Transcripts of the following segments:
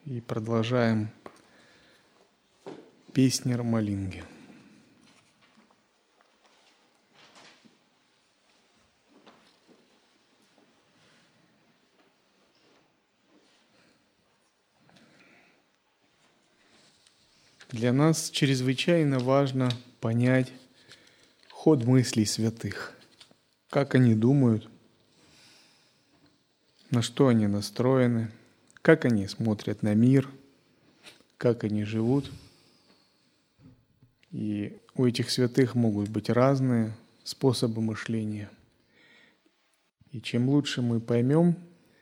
и продолжаем песни Рамалинги. Для нас чрезвычайно важно понять ход мыслей святых, как они думают, на что они настроены, как они смотрят на мир, как они живут. И у этих святых могут быть разные способы мышления. И чем лучше мы поймем,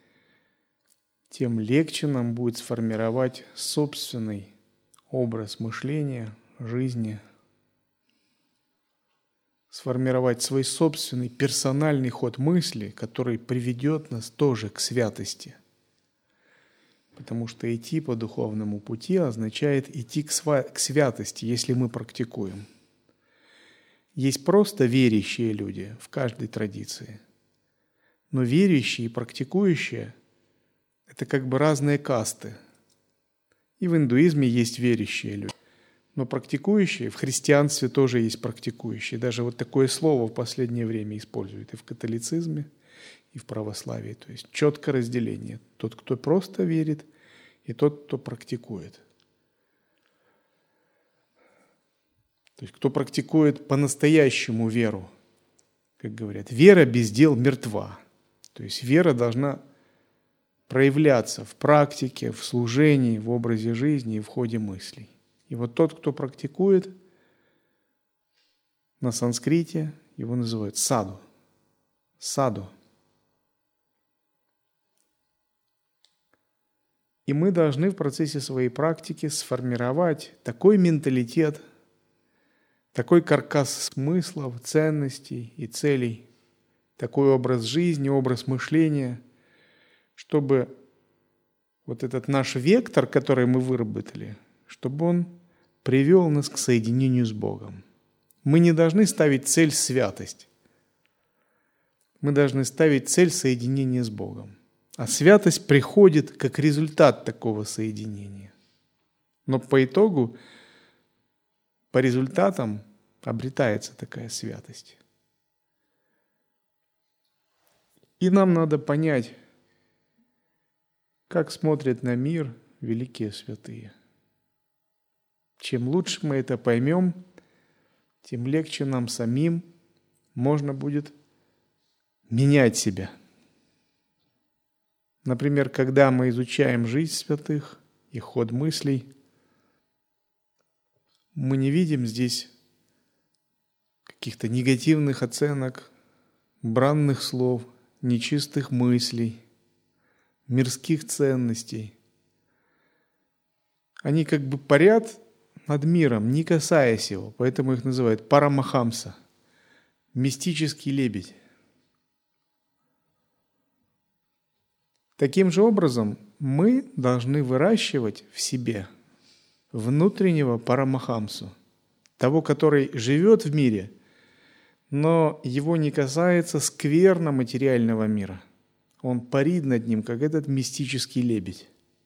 тем легче нам будет сформировать собственный образ мышления, жизни, сформировать свой собственный персональный ход мысли, который приведет нас тоже к святости. Потому что идти по духовному пути означает идти к святости, если мы практикуем. Есть просто верящие люди в каждой традиции. Но верящие и практикующие – это как бы разные касты. И в индуизме есть верящие люди. Но практикующие, в христианстве тоже есть практикующие. Даже вот такое слово в последнее время используют и в католицизме, и в православии. То есть четкое разделение. Тот, кто просто верит, и тот, кто практикует. То есть кто практикует по-настоящему веру. Как говорят, вера без дел мертва. То есть вера должна проявляться в практике, в служении, в образе жизни и в ходе мыслей. И вот тот, кто практикует, на санскрите его называют саду. Саду. И мы должны в процессе своей практики сформировать такой менталитет, такой каркас смыслов, ценностей и целей, такой образ жизни, образ мышления, чтобы вот этот наш вектор, который мы выработали, чтобы он привел нас к соединению с Богом. Мы не должны ставить цель святость. Мы должны ставить цель соединения с Богом. А святость приходит как результат такого соединения. Но по итогу, по результатам обретается такая святость. И нам надо понять, как смотрят на мир великие святые. Чем лучше мы это поймем, тем легче нам самим можно будет менять себя. Например, когда мы изучаем жизнь святых и ход мыслей, мы не видим здесь каких-то негативных оценок, бранных слов, нечистых мыслей, мирских ценностей. Они как бы парят над миром, не касаясь его, поэтому их называют парамахамса, мистический лебедь. Таким же образом, мы должны выращивать в себе внутреннего парамахамсу, того, который живет в мире, но его не касается скверно материального мира. Он парит над ним, как этот мистический лебедь.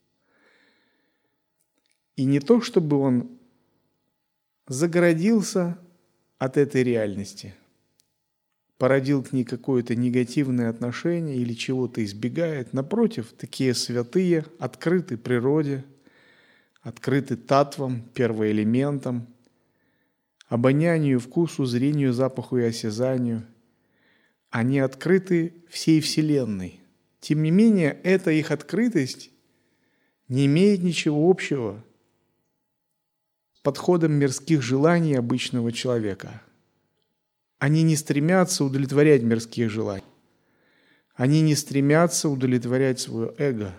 И не то, чтобы он загородился от этой реальности, породил к ней какое-то негативное отношение или чего-то избегает. Напротив, такие святые открыты природе, открыты таттвам, первоэлементам, обонянию, вкусу, зрению, запаху и осязанию. Они открыты всей Вселенной. Тем не менее, эта их открытость не имеет ничего общего с подходом мирских желаний обычного человека. Они не стремятся удовлетворять мирские желания. Они не стремятся удовлетворять свое эго.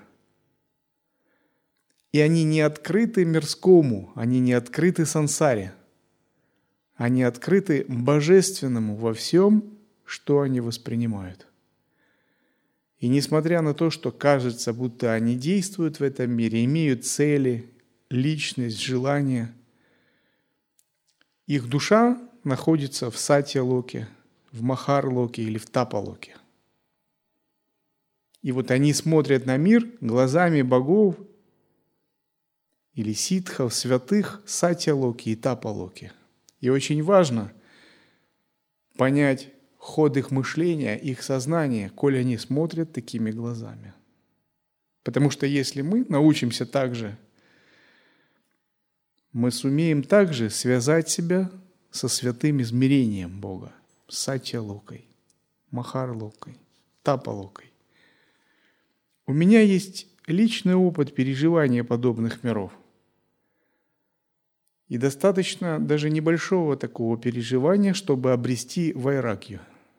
И они не открыты мирскому, они не открыты сансаре. Они открыты божественному во всем, что они воспринимают. И несмотря на то, что кажется, будто они действуют в этом мире, имеют цели, личность, желания, их душа находится в сатья-локе, в махар-локе или в тапа-локе. И вот они смотрят на мир глазами богов или ситхов, святых, сатья-локи и тапа-локи. И очень важно понять ход их мышления, их сознания, коль они смотрят такими глазами. Потому что если мы научимся так же, мы сумеем также связать себя со святым измерением Бога, сатья-локой, махар-локой, тапа-локой. У меня есть личный опыт переживания подобных миров. И достаточно даже небольшого такого переживания, чтобы обрести вайрагью.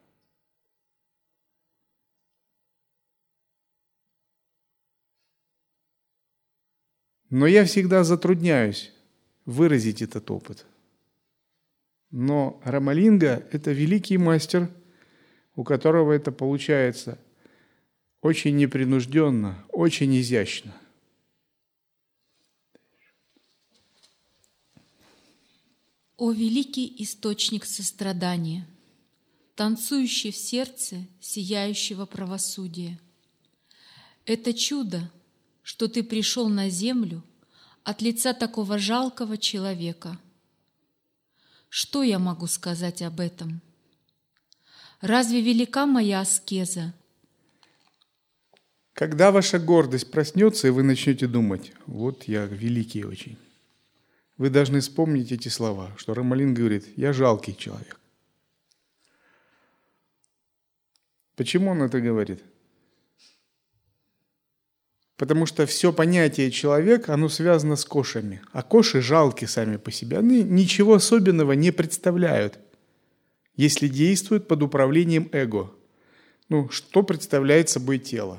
Но я всегда затрудняюсь выразить этот опыт. Но Рамалинга – это великий мастер, у которого это получается очень непринужденно, очень изящно. О великий источник сострадания, танцующий в сердце сияющего правосудия! Это чудо, что ты пришел на землю от лица такого жалкого человека. Что я могу сказать об этом? Разве велика моя аскеза? Когда ваша гордость проснется, и вы начнете думать, вот я великий очень, вы должны вспомнить эти слова, что Рамалинга говорит, я жалкий человек. Почему он это говорит? Потому что все понятие человек, оно связано с кошами. А коши жалки сами по себе. Они ничего особенного не представляют, если действуют под управлением эго. Что представляет собой тело?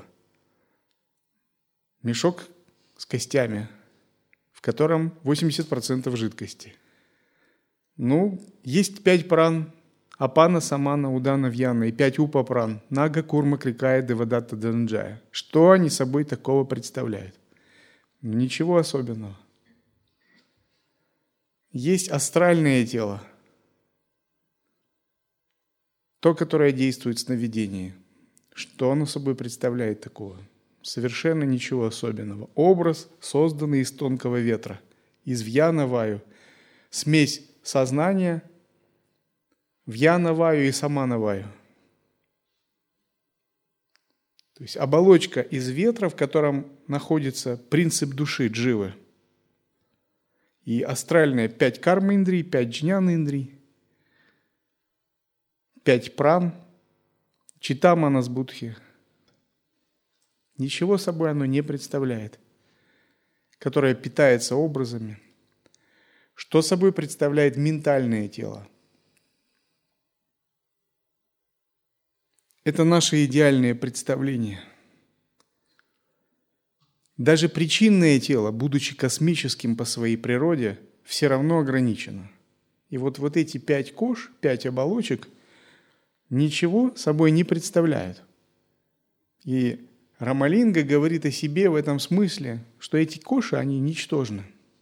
Мешок с костями, в котором 80% жидкости. Есть 5 пран. Апана, Самана, Удана, Вьяна и 5 упапран. Нага, Курма, Крикая, Девадатта, Данджая. Что они собой такого представляют? Ничего особенного. Есть астральное тело. То, которое действует в сновидении. Что оно собой представляет такого? Совершенно ничего особенного. Образ, созданный из тонкого ветра. Из Вьяна Ваю. Смесь сознания, Вьяна Ваю и Самана Ваю. То есть оболочка из ветра, в котором находится принцип души, дживы. И астральные 5 карма-индрий, 5 джняна-индрий, 5 пран, чита-манас-будхи. Ничего собой оно не представляет, которое питается образами. Что собой представляет ментальное тело? Это наше идеальное представление. Даже причинное тело, будучи космическим по своей природе, все равно ограничено. И вот эти 5 кож, 5 оболочек ничего собой не представляют. И Рамалинга говорит о себе в этом смысле, что эти коши, они ничтожны.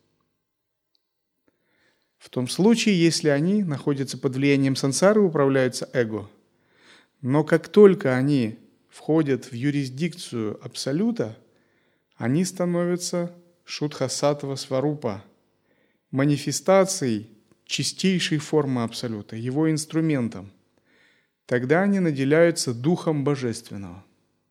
В том случае, если они находятся под влиянием сансары и управляются эго. Но как только они входят в юрисдикцию Абсолюта, они становятся шудха-саттва сварупа, манифестацией чистейшей формы Абсолюта, его инструментом. Тогда они наделяются Духом Божественного.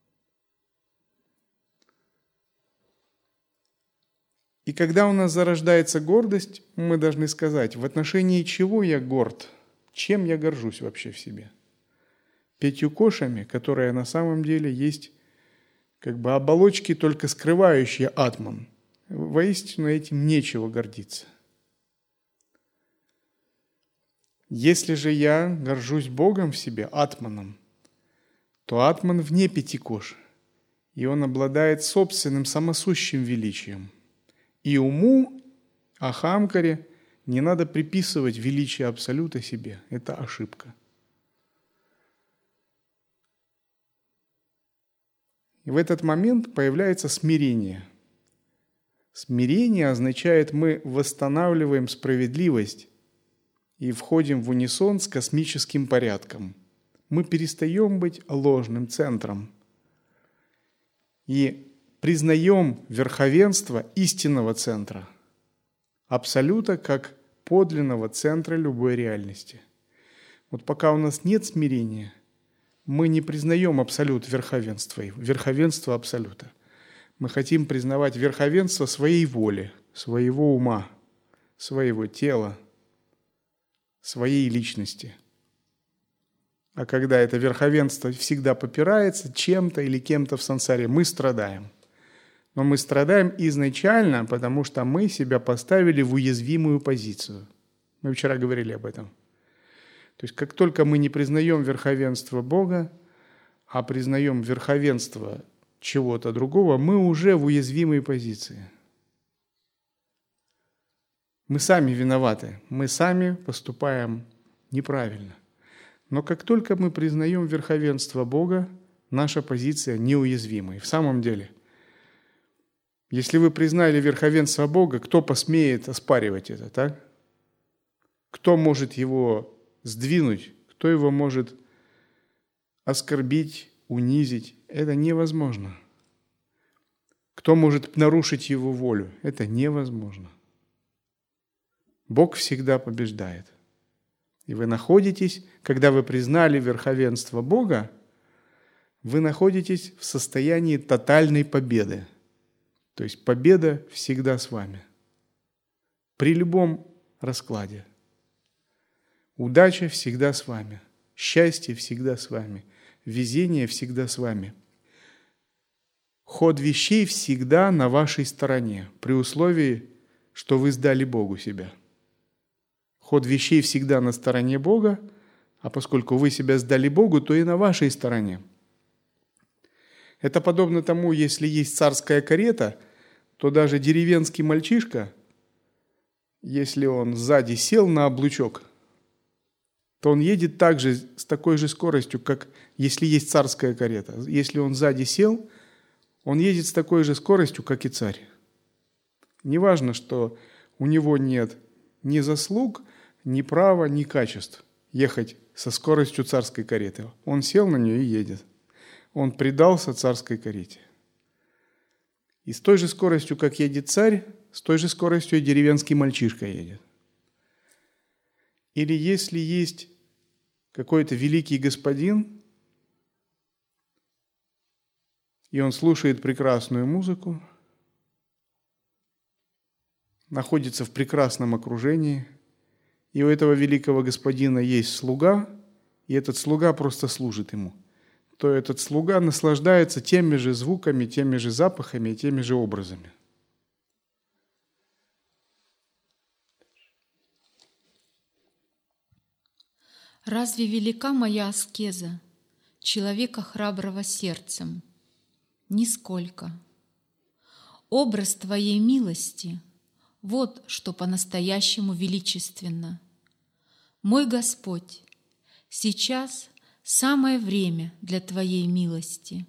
И когда у нас зарождается гордость, мы должны сказать, в отношении чего я горд, чем я горжусь вообще в себе. 5 кошами, которые на самом деле есть оболочки, только скрывающие атман. Воистину этим нечего гордиться. Если же я горжусь Богом в себе, атманом, то атман вне 5 кош, и он обладает собственным самосущим величием. И уму, ахамкаре, не надо приписывать величие Абсолюта себе. Это ошибка. И в этот момент появляется смирение. Смирение означает, мы восстанавливаем справедливость и входим в унисон с космическим порядком. Мы перестаем быть ложным центром и признаем верховенство истинного центра. Абсолюта как подлинного центра любой реальности. Вот пока у нас нет смирения, мы не признаем абсолют верховенства абсолюта. Мы хотим признавать верховенство своей воли, своего ума, своего тела, своей личности. А когда это верховенство всегда попирается чем-то или кем-то в сансаре, мы страдаем. Но мы страдаем изначально, потому что мы себя поставили в уязвимую позицию. Мы вчера говорили об этом. То есть как только мы не признаем верховенство Бога, а признаем верховенство чего-то другого, мы уже в уязвимой позиции. Мы сами виноваты, мы сами поступаем неправильно. Но как только мы признаем верховенство Бога, наша позиция неуязвима. И в самом деле, если вы признали верховенство Бога, кто посмеет оспаривать это, так? Кто может его сдвинуть? Кто его может оскорбить, унизить? Это невозможно. Кто может нарушить его волю? Это невозможно. Бог всегда побеждает. И вы находитесь, когда вы признали верховенство Бога, вы находитесь в состоянии тотальной победы. То есть победа всегда с вами. При любом раскладе. Удача всегда с вами. Счастье всегда с вами. Везение всегда с вами. Ход вещей всегда на вашей стороне, при условии, что вы сдали Богу себя. Ход вещей всегда на стороне Бога, а поскольку вы себя сдали Богу, то и на вашей стороне. Это подобно тому, если есть царская карета, то даже деревенский мальчишка, если он сзади сел на облучок, то он едет также с такой же скоростью, как если есть царская карета. Если он сзади сел, он едет с такой же скоростью, как и царь. Неважно, что у него нет ни заслуг, ни права, ни качеств ехать со скоростью царской кареты. Он сел на нее и едет. Он предался царской карете. И с той же скоростью, как едет царь, с той же скоростью и деревенский мальчишка едет. Или если есть какой-то великий господин, и он слушает прекрасную музыку, находится в прекрасном окружении, и у этого великого господина есть слуга, и этот слуга просто служит ему, то этот слуга наслаждается теми же звуками, теми же запахами и теми же образами. Разве велика моя аскеза, человека храброго сердцем? Нисколько. Образ Твоей милости — вот что по-настоящему величественно. Мой Господь, сейчас самое время для Твоей милости.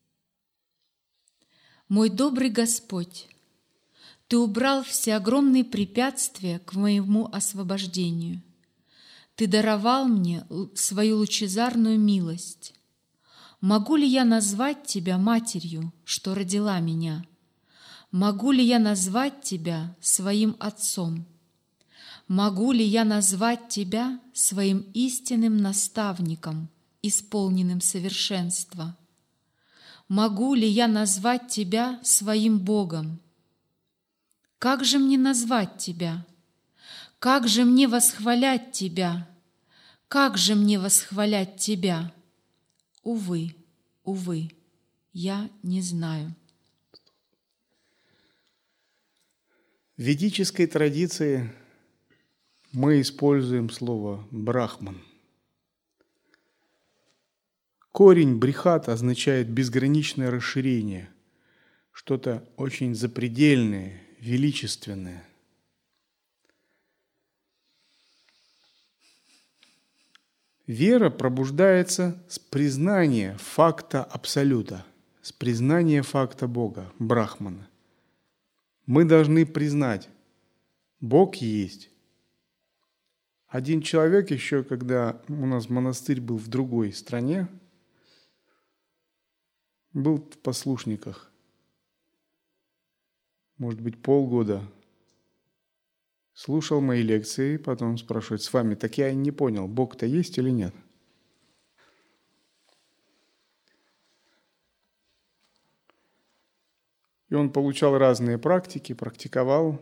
Мой добрый Господь, Ты убрал все огромные препятствия к моему освобождению. Ты даровал мне свою лучезарную милость. Могу ли я назвать Тебя матерью, что родила меня? Могу ли я назвать Тебя своим отцом? Могу ли я назвать Тебя своим истинным наставником, исполненным совершенства? Могу ли я назвать Тебя своим Богом? Как же мне назвать Тебя? Как же мне восхвалять Тебя? Как же мне восхвалять Тебя? Увы, увы, я не знаю. В ведической традиции мы используем слово «брахман». Корень брихат означает безграничное расширение, что-то очень запредельное, величественное. Вера пробуждается с признания факта Абсолюта, с признания факта Бога, Брахмана. Мы должны признать, Бог есть. Один человек еще, когда у нас монастырь был в другой стране, был в послушниках, может быть, полгода. слушал мои лекции, потом спрашивает: с вами, так я не понял, Бог-то есть или нет? И он получал разные практики, практиковал.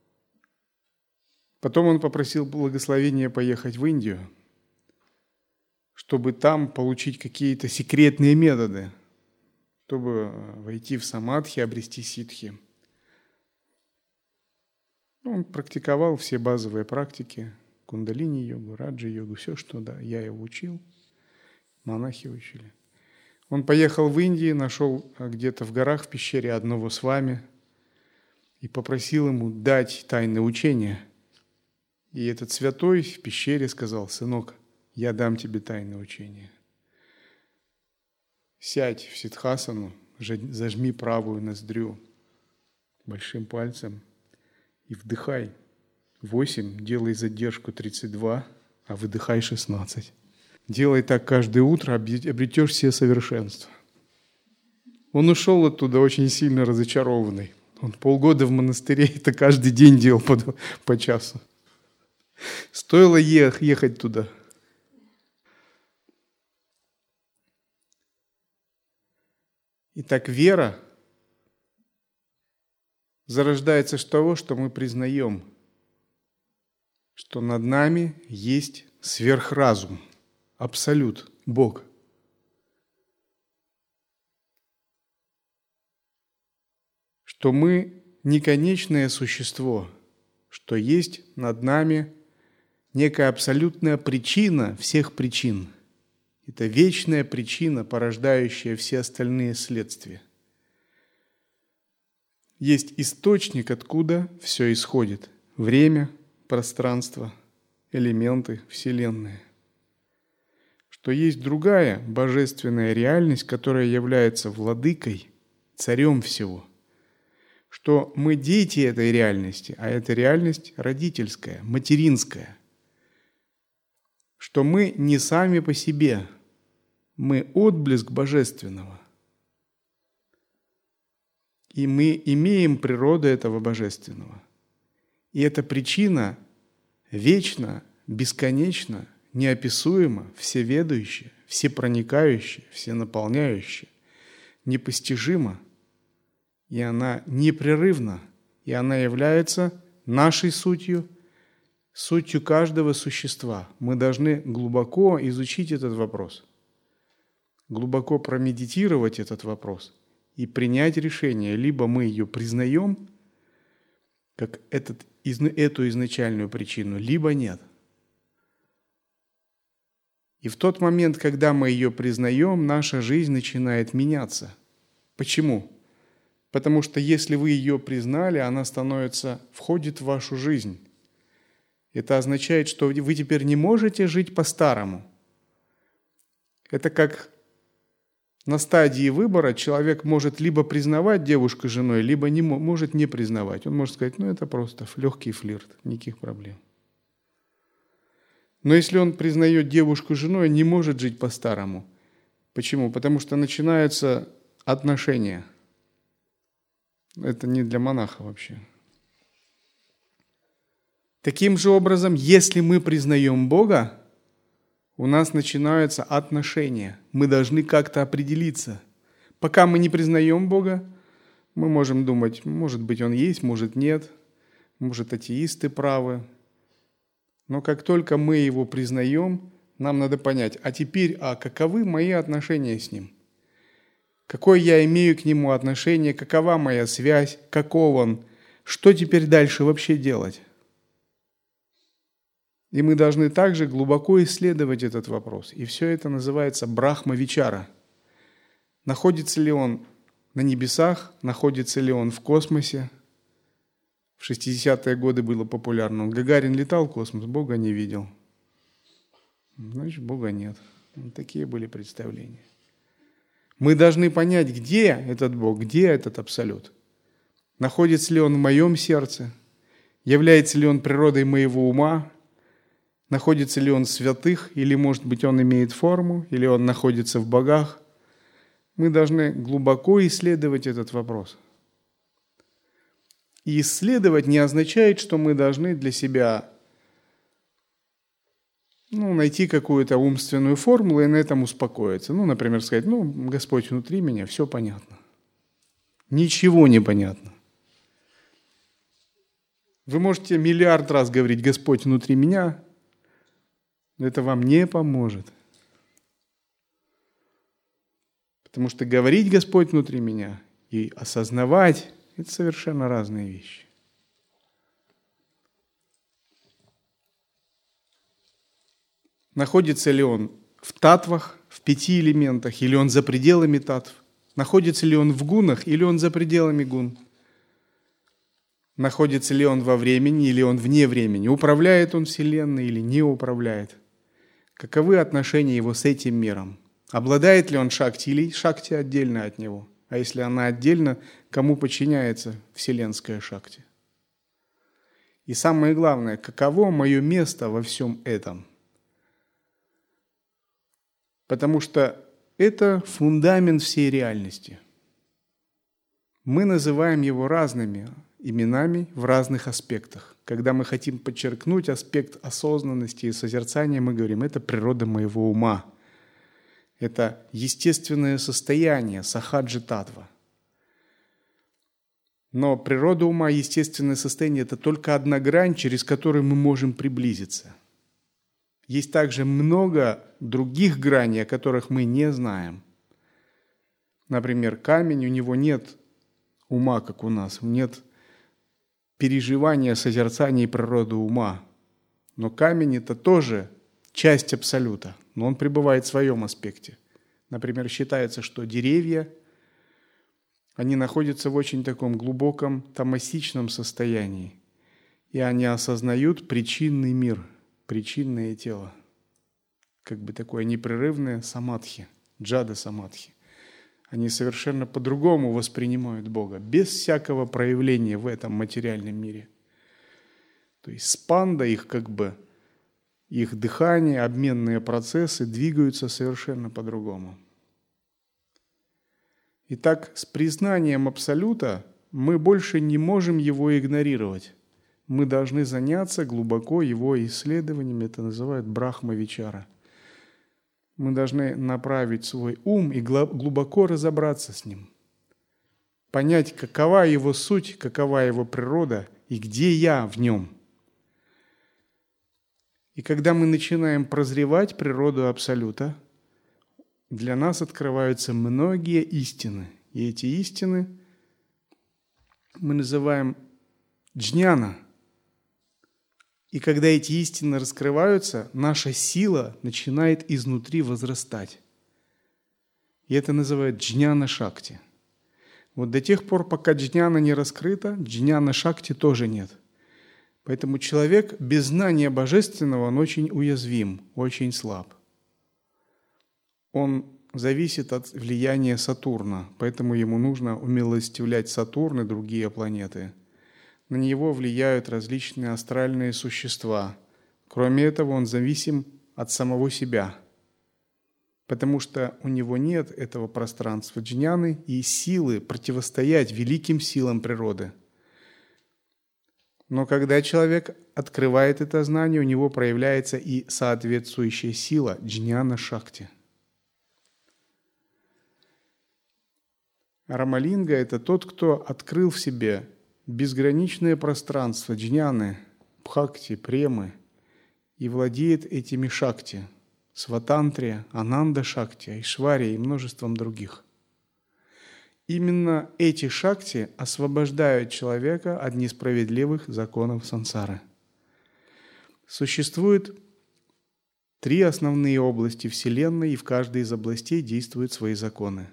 Потом он попросил благословения поехать в Индию, чтобы там получить какие-то секретные методы, чтобы войти в самадхи, обрести ситхи. Он практиковал все базовые практики, кундалини-йогу, раджа-йогу, все, что я его учил, монахи учили. Он поехал в Индию, нашел где-то в горах, в пещере одного свами и попросил ему дать тайное учение. И этот святой в пещере сказал: сынок, я дам тебе тайное учение. Сядь в сиддхасану, зажми правую ноздрю большим пальцем и вдыхай 8, делай задержку 32, а выдыхай 16. Делай так каждое утро, обретешь все совершенства. Он ушел оттуда очень сильно разочарованный. Он полгода в монастыре это каждый день делал по часу. Стоило ехать туда. Итак, вера зарождается с того, что мы признаем, что над нами есть сверхразум, абсолют, Бог. Что мы не конечное существо, что есть над нами некая абсолютная причина всех причин. Это вечная причина, порождающая все остальные следствия. Есть источник, откуда все исходит. Время, пространство, элементы, вселенная. Что есть другая божественная реальность, которая является владыкой, царем всего. Что мы дети этой реальности, а эта реальность родительская, материнская. Что мы не сами по себе, мы отблеск божественного. И мы имеем природу этого божественного. И эта причина вечна, бесконечна, неописуема, всеведущая, всепроникающая, всенаполняющая, непостижима. И она непрерывна, и она является нашей сутью, сутью каждого существа. Мы должны глубоко изучить этот вопрос, глубоко промедитировать этот вопрос и принять решение. Либо мы ее признаем, как эту изначальную причину, либо нет. И в тот момент, когда мы ее признаем, наша жизнь начинает меняться. Почему? Потому что если вы ее признали, она входит в вашу жизнь. Это означает, что вы теперь не можете жить по-старому. Это как на стадии выбора человек может либо признавать девушку женой, либо может не признавать. Он может сказать: это просто легкий флирт, никаких проблем. Но если он признает девушку женой, не может жить по-старому. Почему? Потому что начинаются отношения. Это не для монаха вообще. Таким же образом, если мы признаем Бога, у нас начинаются отношения. Мы должны как-то определиться. Пока мы не признаем Бога, мы можем думать: может быть, Он есть, может, нет, может, атеисты правы. Но как только мы Его признаем, нам надо понять: а теперь, каковы мои отношения с Ним? Какое я имею к Нему отношение, какова моя связь, каков Он, что теперь дальше вообще делать? И мы должны также глубоко исследовать этот вопрос. И все это называется брахма-вичара. Находится ли Он на небесах, находится ли Он в космосе? В 60-е годы было популярно. Гагарин летал в космос, Бога не видел. Значит, Бога нет. Вот такие были представления. Мы должны понять, где этот Бог, где этот Абсолют. Находится ли Он в моем сердце? Является ли Он природой моего ума? Находится ли Он в святых? Или, может быть, Он имеет форму? Или Он находится в богах? Мы должны глубоко исследовать этот вопрос. И исследовать не означает, что мы должны для себя найти какую-то умственную формулу и на этом успокоиться. Например, сказать, Господь внутри меня, все понятно. Ничего не понятно. Вы можете миллиард раз говорить «Господь внутри меня», но это вам не поможет. Потому что говорить «Господь внутри меня» и осознавать – это совершенно разные вещи. Находится ли он в татвах, в 5 элементах, или он за пределами татв? Находится ли он в гунах, или он за пределами гун? Находится ли он во времени, или он вне времени? Управляет он Вселенной или не управляет? Каковы отношения его с этим миром? Обладает ли он шакти, или шакти отдельно от него? А если она отдельно, кому подчиняется вселенская шакти? И самое главное, каково мое место во всем этом? Потому что это фундамент всей реальности. Мы называем его разными именами в разных аспектах. Когда мы хотим подчеркнуть аспект осознанности и созерцания, мы говорим, это природа моего ума. Это естественное состояние, сахаджи татва. Но природа ума, естественное состояние – это только одна грань, через которую мы можем приблизиться. Есть также много других граней, о которых мы не знаем. Например, камень, у него нет ума, как у нас, нет переживания, созерцания природы ума. Но камень – это тоже часть абсолюта, но он пребывает в своем аспекте. Например, считается, что деревья, они находятся в очень таком глубоком тамасичном состоянии, и они осознают причинный мир, причинное тело, как бы такое непрерывное самадхи, джада самадхи. Они совершенно по-другому воспринимают Бога, без всякого проявления в этом материальном мире. То есть спанда, их дыхание, обменные процессы двигаются совершенно по-другому. Итак, с признанием Абсолюта мы больше не можем его игнорировать. Мы должны заняться глубоко его исследованием, это называют брахма-вичара. Мы должны направить свой ум и глубоко разобраться с ним. Понять, какова его суть, какова его природа и где я в нем. И когда мы начинаем прозревать природу Абсолюта, для нас открываются многие истины. И эти истины мы называем джняна. И когда эти истины раскрываются, наша сила начинает изнутри возрастать. И это называют джняна-шакти. Вот до тех пор, пока джняна не раскрыта, джняна-шакти тоже нет. Поэтому человек без знания божественного, он очень уязвим, очень слаб. Он зависит от влияния Сатурна, поэтому ему нужно умилостивлять Сатурн и другие планеты. На него влияют различные астральные существа. Кроме этого, он зависим от самого себя, потому что у него нет этого пространства джняны и силы противостоять великим силам природы. Но когда человек открывает это знание, у него проявляется и соответствующая сила джняна-шакти. Рамалинга – это тот, кто открыл в себе безграничное пространство джняны, бхакти, премы и владеет этими шакти – сватантрия, ананда-шакти, айшвария и множеством других. Именно эти шакти освобождают человека от несправедливых законов сансары. Существует 3 основные области Вселенной, и в каждой из областей действуют свои законы.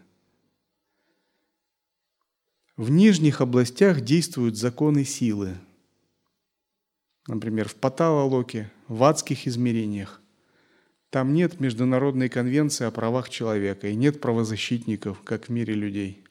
В нижних областях действуют законы силы. Например, в Патала-локе, в адских измерениях. Там нет международной конвенции о правах человека и нет правозащитников, как в мире людей.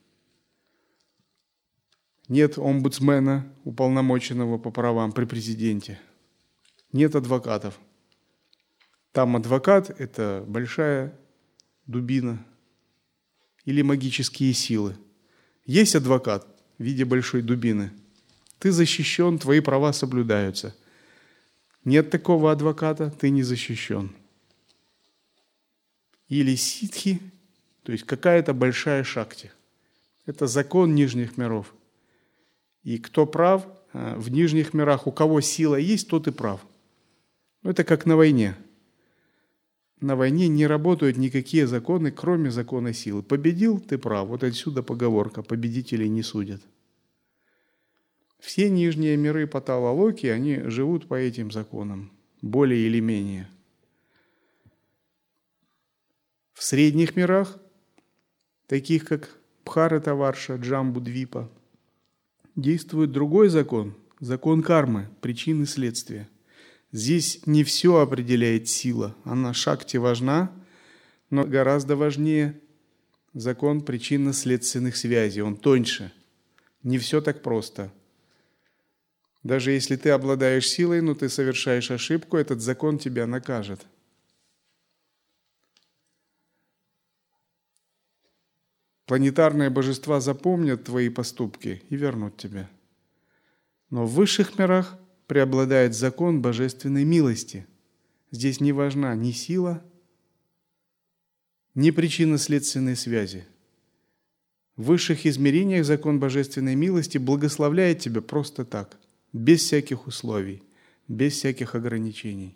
Нет омбудсмена, уполномоченного по правам при президенте. Нет адвокатов. Там адвокат – это большая дубина или магические силы. Есть адвокат в виде большой дубины, Ты защищен, твои права соблюдаются. Нет такого адвоката, ты не защищен. Или ситхи, то есть какая-то большая шакти. Это закон нижних миров. И кто прав в нижних мирах, у кого сила есть, тот и прав. Это как на войне. На войне не работают никакие законы, кроме закона силы. Победил – ты прав. Вот отсюда поговорка: победителей не судят. Все нижние миры Патала Локи, они живут по этим законам, более или менее. В средних мирах, таких как Бхаратаварша, Джамбудвипа, действует другой закон, закон кармы, причины и следствия. Здесь не все определяет сила, она шакти важна, но гораздо важнее закон причинно-следственных связей, он тоньше. Не все так просто. Даже если ты обладаешь силой, но ты совершаешь ошибку, этот закон тебя накажет. Планетарные божества запомнят твои поступки и вернут тебя. Но в высших мирах преобладает закон божественной милости. Здесь не важна ни сила, ни причинно-следственные связи. В высших измерениях закон божественной милости благословляет тебя просто так, без всяких условий, без всяких ограничений.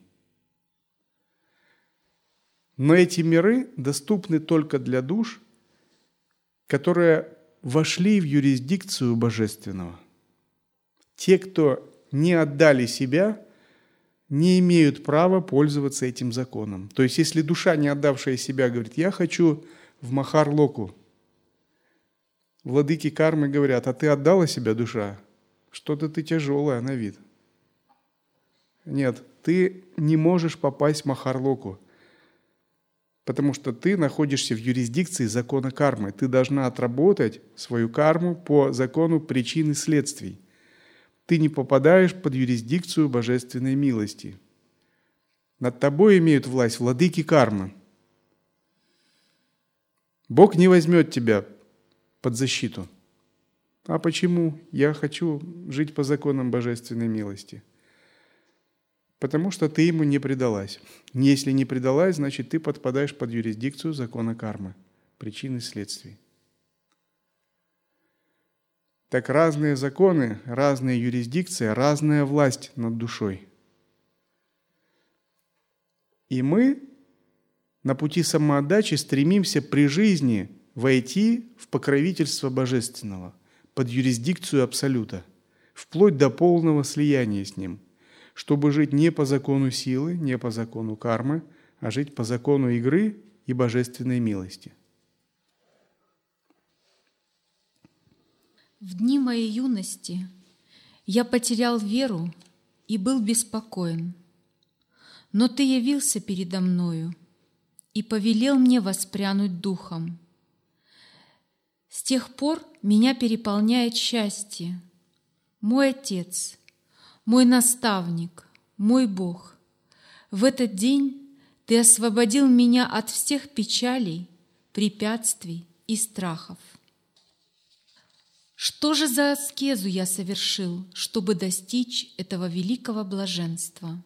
Но эти миры доступны только для душ, которые вошли в юрисдикцию божественного. Те, кто не отдали себя, не имеют права пользоваться этим законом. То есть, если душа, не отдавшая себя, говорит: я хочу в Махар-локу, владыки кармы говорят: а ты отдала себя, душа? Что-то ты тяжелая на вид. Нет, ты не можешь попасть в Махар-локу, потому что ты находишься в юрисдикции закона кармы. Ты должна отработать свою карму по закону причин и следствий. Ты не попадаешь под юрисдикцию божественной милости. Над тобой имеют власть владыки кармы. Бог не возьмет тебя под защиту. А почему? Я хочу жить по законам божественной милости. Потому что ты ему не предалась. Если не предалась, значит, ты подпадаешь под юрисдикцию закона кармы, причин и следствий. Так разные законы, разные юрисдикции, разная власть над душой. И мы на пути самоотдачи стремимся при жизни войти в покровительство Божественного, под юрисдикцию Абсолюта, вплоть до полного слияния с Ним, чтобы жить не по закону силы, не по закону кармы, а жить по закону игры и божественной милости. В дни моей юности я потерял веру и был беспокоен, но Ты явился передо мною и повелел мне воспрянуть духом. С тех пор меня переполняет счастье. Мой Отец, мой наставник, мой Бог, в этот день Ты освободил меня от всех печалей, препятствий и страхов. Что же за аскезу я совершил, чтобы достичь этого великого блаженства?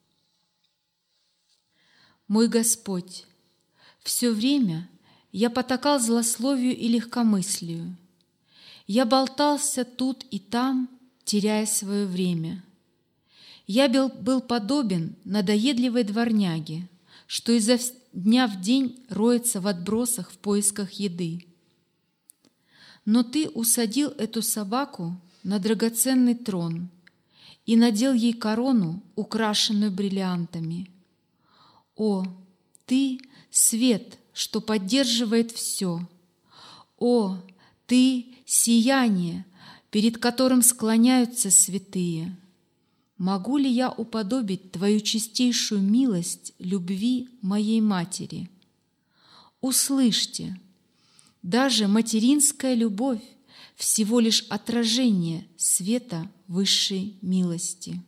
Мой Господь, все время я потакал злословию и легкомыслию. Я болтался тут и там, теряя свое время. Я был подобен надоедливой дворняге, что изо дня в день роется в отбросах в поисках еды. Но Ты усадил эту собаку на драгоценный трон и надел ей корону, украшенную бриллиантами. О, Ты — свет, что поддерживает все. О, Ты — сияние, перед которым склоняются святые. Могу ли я уподобить Твою чистейшую милость любви моей матери? Услышьте, даже материнская любовь всего лишь отражение света высшей милости.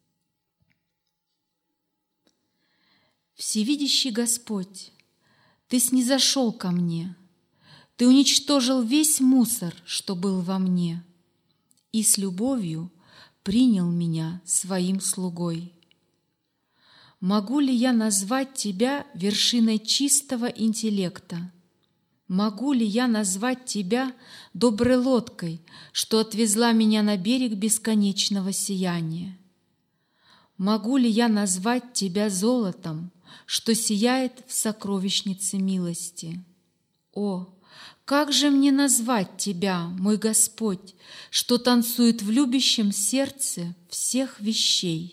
Всевидящий Господь, Ты снизошел ко мне, Ты уничтожил весь мусор, что был во мне, и с любовью принял меня своим слугой. Могу ли я назвать Тебя вершиной чистого интеллекта? Могу ли я назвать Тебя доброй лодкой, что отвезла меня на берег бесконечного сияния? Могу ли я назвать Тебя золотом, что сияет в сокровищнице милости? О, как же мне назвать Тебя, мой Господь, что танцует в любящем сердце всех вещей?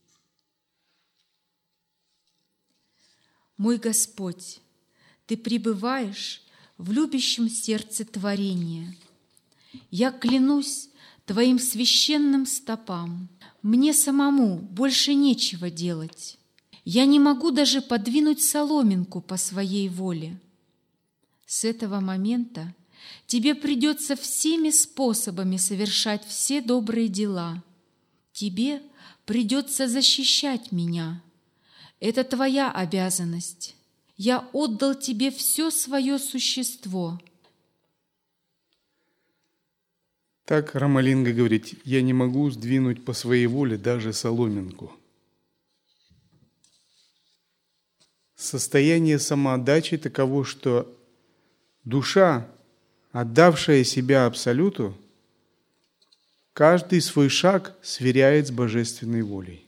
Мой Господь, Ты пребываешь в любящем сердце творения. Я клянусь Твоим священным стопам, мне самому больше нечего делать. Я не могу даже подвинуть соломинку по своей воле. С этого момента Тебе придется всеми способами совершать все добрые дела. Тебе придется защищать меня. Это Твоя обязанность. Я отдал Тебе все свое существо. Так Рамалинга говорит: я не могу сдвинуть по своей воле даже соломинку. Состояние самоотдачи таково, что душа, отдавшая себя Абсолюту, каждый свой шаг сверяет с божественной волей.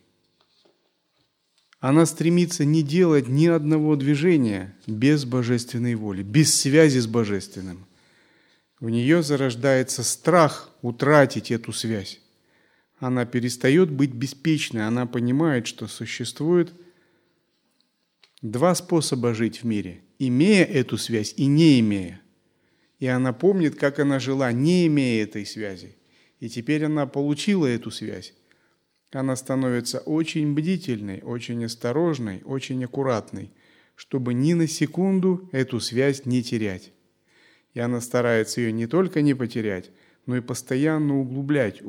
Она стремится не делать ни одного движения без божественной воли, без связи с божественным. В нее зарождается страх утратить эту связь. Она перестает быть беспечной, она понимает, что существует два способа жить в мире, имея эту связь и не имея. И она помнит, как она жила, не имея этой связи. И теперь она получила эту связь. Она становится очень бдительной, очень осторожной, очень аккуратной, чтобы ни на секунду эту связь не терять. И она старается ее не только не потерять, но и постоянно углублять.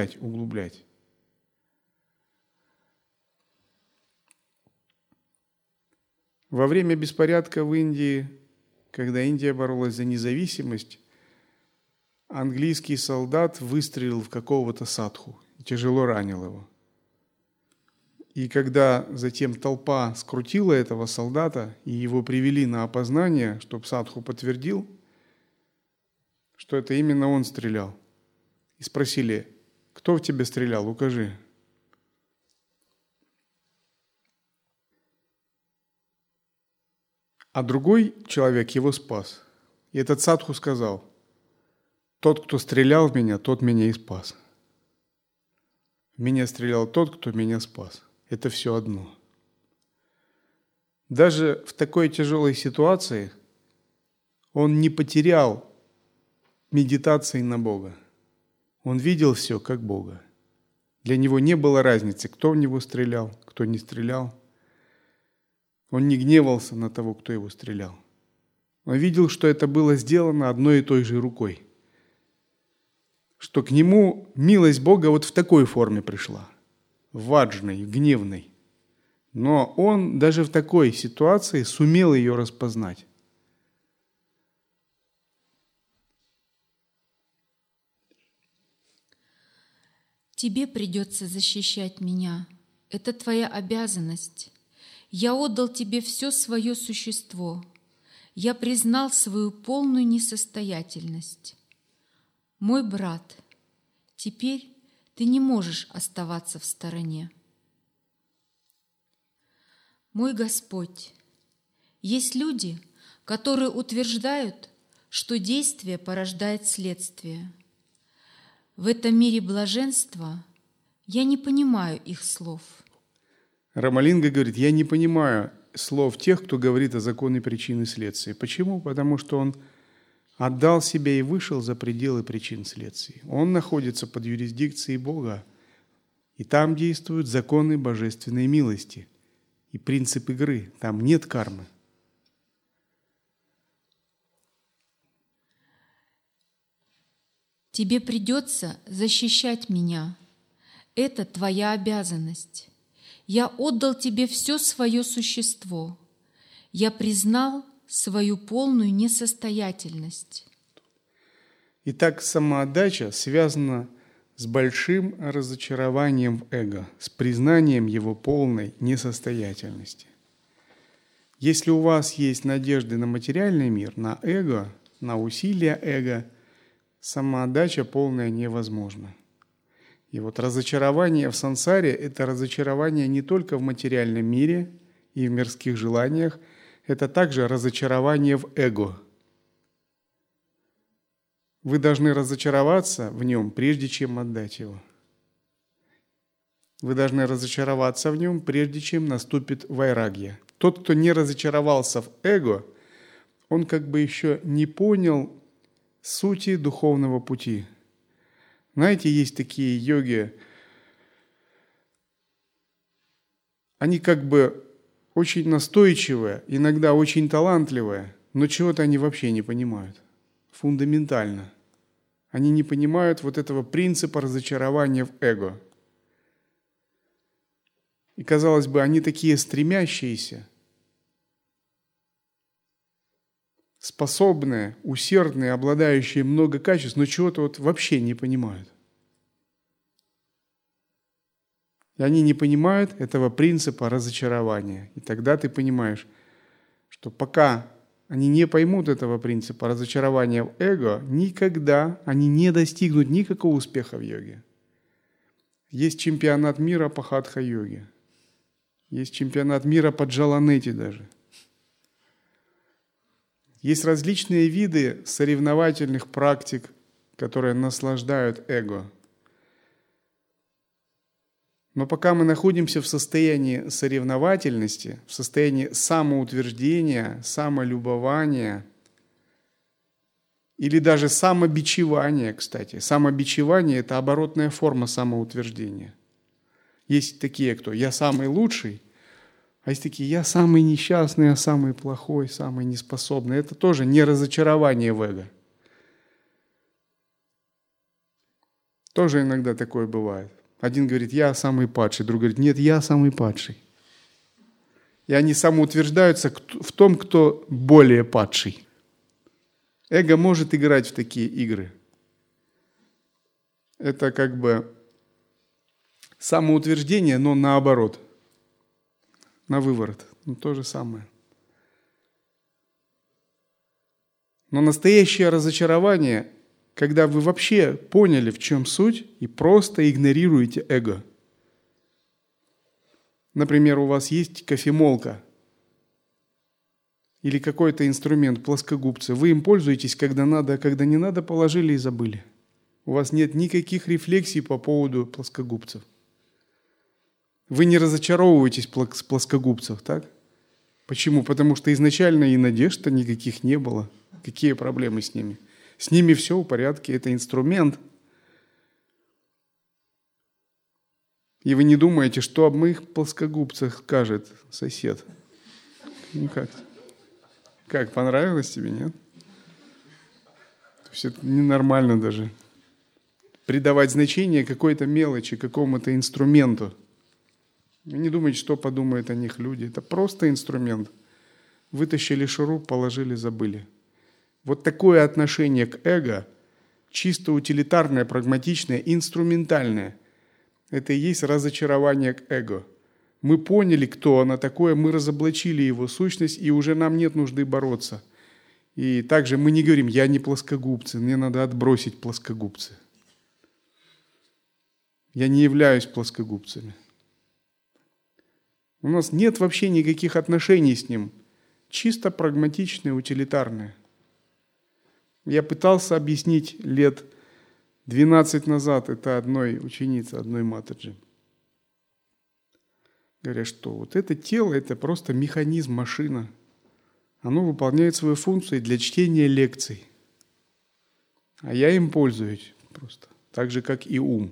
Во время беспорядка в Индии, когда Индия боролась за независимость, английский солдат выстрелил в какого-то садху и тяжело ранил его. И когда затем толпа скрутила этого солдата и его привели на опознание, чтобы садху подтвердил, что это именно он стрелял, и спросили: кто в тебя стрелял, укажи. А другой человек его спас. И этот садху сказал: тот, кто стрелял в меня, тот меня и спас. В меня стрелял тот, кто меня спас. Это все одно. Даже в такой тяжелой ситуации он не потерял медитации на Бога. Он видел все как Бога. Для него не было разницы, кто в него стрелял, кто не стрелял. Он не гневался на того, кто его стрелял. Он видел, что это было сделано одной и той же рукой. Что к нему милость Бога вот в такой форме пришла. Ваджной, гневной. Но он даже в такой ситуации сумел ее распознать. Тебе придется защищать меня. Это Твоя обязанность. Я отдал Тебе все свое существо. Я признал свою полную несостоятельность. Мой брат, теперь Ты не можешь оставаться в стороне. Мой Господь, есть люди, которые утверждают, что действие порождает следствие. В этом мире блаженства я не понимаю их слов. Рамалинга говорит: я не понимаю слов тех, кто говорит о законе причины и следствия. Почему? Потому что он отдал себя и вышел за пределы причин следствий. Он находится под юрисдикцией Бога, и там действуют законы божественной милости и принцип игры. Там нет кармы. Тебе придется защищать меня. Это Твоя обязанность. Я отдал Тебе все свое существо. Я признал свою полную несостоятельность. Итак, самоотдача связана с большим разочарованием в эго, с признанием его полной несостоятельности. Если у вас есть надежды на материальный мир, на эго, на усилия эго, самоотдача полная невозможна. И вот разочарование в сансаре – это разочарование не только в материальном мире и в мирских желаниях, это также разочарование в эго. Вы должны разочароваться в нем, прежде чем отдать его. Вы должны разочароваться в нем, прежде чем наступит вайрагья. Тот, кто не разочаровался в эго, он как бы еще не понял сути духовного пути. Знаете, есть такие йоги, они как бы очень настойчивые, иногда очень талантливые, но чего-то они вообще не понимают. Фундаментально. Они не понимают вот этого принципа разочарования в эго. И, казалось бы, они такие стремящиеся, способные, усердные, обладающие много качеств, но чего-то вот вообще не понимают. И они не понимают этого принципа разочарования. И тогда ты понимаешь, что пока они не поймут этого принципа разочарования в эго, никогда они не достигнут никакого успеха в йоге. Есть чемпионат мира по хатха-йоге. Есть чемпионат мира по джаланете даже. Есть различные виды соревновательных практик, которые наслаждают эго. Но пока мы находимся в состоянии соревновательности, в состоянии самоутверждения, самолюбования или даже самобичевания, кстати. Самобичевание – это оборотная форма самоутверждения. Есть такие, кто «я самый лучший», а есть такие «я самый несчастный, я самый плохой, самый неспособный». Это тоже не разочарование в эго. Тоже иногда такое бывает. Один говорит «я самый падший», другой говорит «нет, я самый падший». И они самоутверждаются в том, кто более падший. Эго может играть в такие игры. Это как бы самоутверждение, но наоборот. На выворот. То же самое. Но настоящее разочарование, когда вы вообще поняли, в чем суть, и просто игнорируете эго. Например, у вас есть кофемолка или какой-то инструмент, плоскогубцы. Вы им пользуетесь, когда надо, а когда не надо, положили и забыли. У вас нет никаких рефлексий по поводу плоскогубцев. Вы не разочаровываетесь с плоскогубцев, так? Почему? Потому что изначально и надежд-то никаких не было. Какие проблемы с ними? С ними все в порядке, это инструмент. И вы не думаете, что об моих плоскогубцах скажет сосед. Ну как, понравилось тебе, нет? То есть это ненормально даже. Придавать значение какой-то мелочи, какому-то инструменту. Вы не думаете, что подумают о них люди. Это просто инструмент. Вытащили шуруп, положили, забыли. Вот такое отношение к эго, чисто утилитарное, прагматичное, инструментальное, это и есть разочарование к эго. Мы поняли, кто оно такое, мы разоблачили его сущность, и уже нам нет нужды бороться. И также мы не говорим «я не плоскогубцы», мне надо отбросить плоскогубцы. Я не являюсь плоскогубцами. У нас нет вообще никаких отношений с ним. Чисто прагматичные, утилитарные. Я пытался объяснить лет 12 назад это одной ученице, одной матаджи. Говорят, что вот это тело, это просто механизм, машина. Оно выполняет свою функцию для чтения лекций. А я им пользуюсь просто. Так же, как и ум.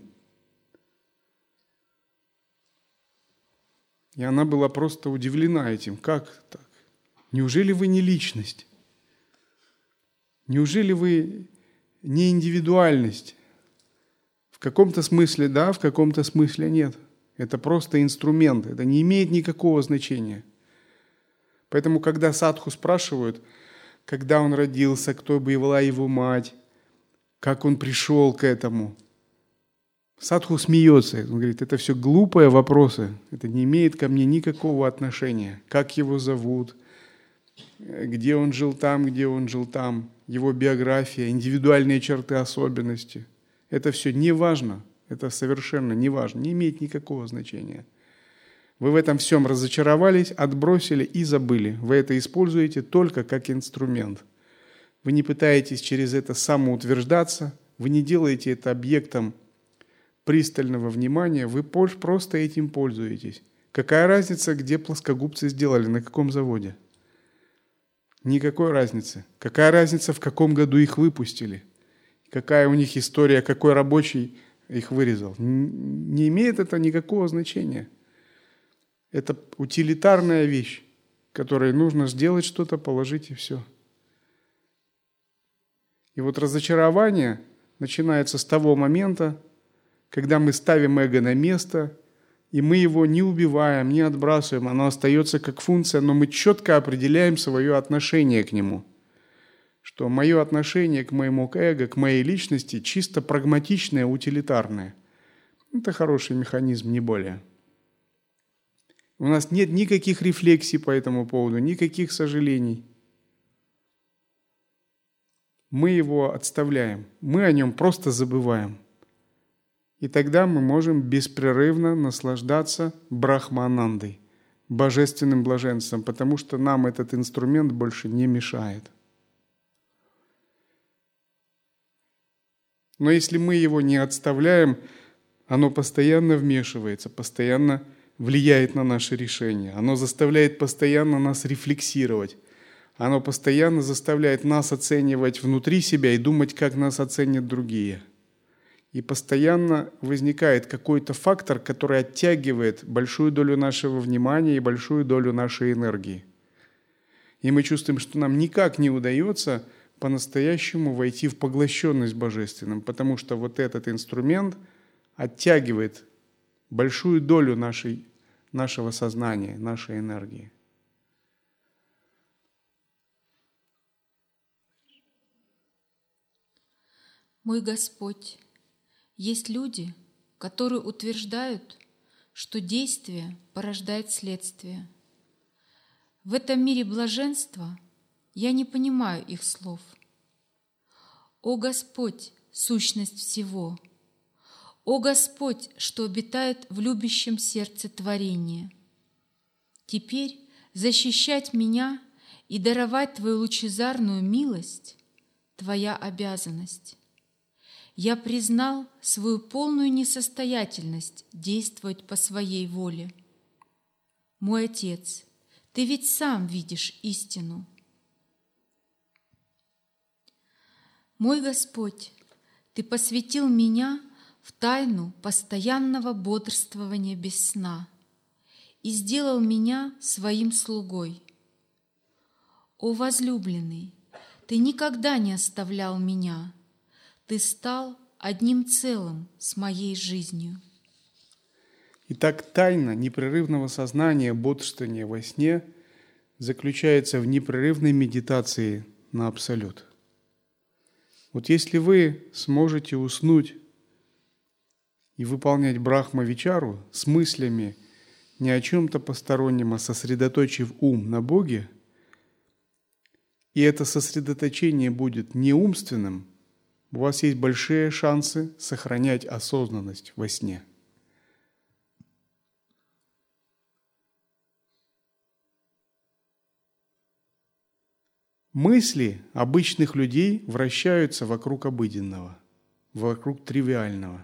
И она была просто удивлена этим. Как так? Неужели вы не личность? Неужели вы не индивидуальность? В каком-то смысле да, в каком-то смысле нет. Это просто инструмент, это не имеет никакого значения. Поэтому, когда садху спрашивают, когда он родился, кто была его мать, как он пришел к этому, Садху смеется, он говорит, это все глупые вопросы, это не имеет ко мне никакого отношения. Как его зовут, где он жил там, его биография, индивидуальные черты, особенности. Это все не важно, это совершенно не важно, не имеет никакого значения. Вы в этом всем разочаровались, отбросили и забыли. Вы это используете только как инструмент. Вы не пытаетесь через это самоутверждаться, вы не делаете это объектом пристального внимания, вы просто этим пользуетесь. Какая разница, где плоскогубцы сделали, на каком заводе? Никакой разницы. Какая разница, в каком году их выпустили? Какая у них история, какой рабочий их вырезал? Не имеет это никакого значения. Это утилитарная вещь, которой нужно сделать что-то, положить и все. И вот разочарование начинается с того момента, когда мы ставим эго на место, и мы его не убиваем, не отбрасываем, оно остается как функция, но мы четко определяем свое отношение к нему. Что мое отношение к моему эго, к моей личности чисто прагматичное, утилитарное. Это хороший механизм, не более. У нас нет никаких рефлексий по этому поводу, никаких сожалений. Мы его отставляем, мы о нем просто забываем. И тогда мы можем беспрерывно наслаждаться брахманандой, божественным блаженством, потому что нам этот инструмент больше не мешает. Но если мы его не отставляем, оно постоянно вмешивается, постоянно влияет на наши решения. Оно заставляет постоянно нас рефлексировать. Оно постоянно заставляет нас оценивать внутри себя и думать, как нас оценят другие. И постоянно возникает какой-то фактор, который оттягивает большую долю нашего внимания и большую долю нашей энергии. И мы чувствуем, что нам никак не удается по-настоящему войти в поглощенность божественным, потому что вот этот инструмент оттягивает большую долю нашего сознания, нашей энергии. Мой Господь, есть люди, которые утверждают, что действие порождает следствие. В этом мире блаженства я не понимаю их слов. О Господь, сущность всего! О Господь, что обитает в любящем сердце творения! Теперь защищать меня и даровать Твою лучезарную милость – Твоя обязанность. Я признал свою полную несостоятельность действовать по своей воле. Мой Отец, Ты ведь сам видишь истину. Мой Господь, Ты посвятил меня в тайну постоянного бодрствования без сна и сделал меня своим слугой. О возлюбленный, Ты никогда не оставлял меня, Ты стал одним целым с моей жизнью. Итак, тайна непрерывного сознания, бодрствования во сне заключается в непрерывной медитации на Абсолют. Вот если вы сможете уснуть и выполнять брахма-вичару с мыслями не о чем-то постороннем, а сосредоточив ум на Боге, и это сосредоточение будет не умственным, у вас есть большие шансы сохранять осознанность во сне. Мысли обычных людей вращаются вокруг обыденного, вокруг тривиального.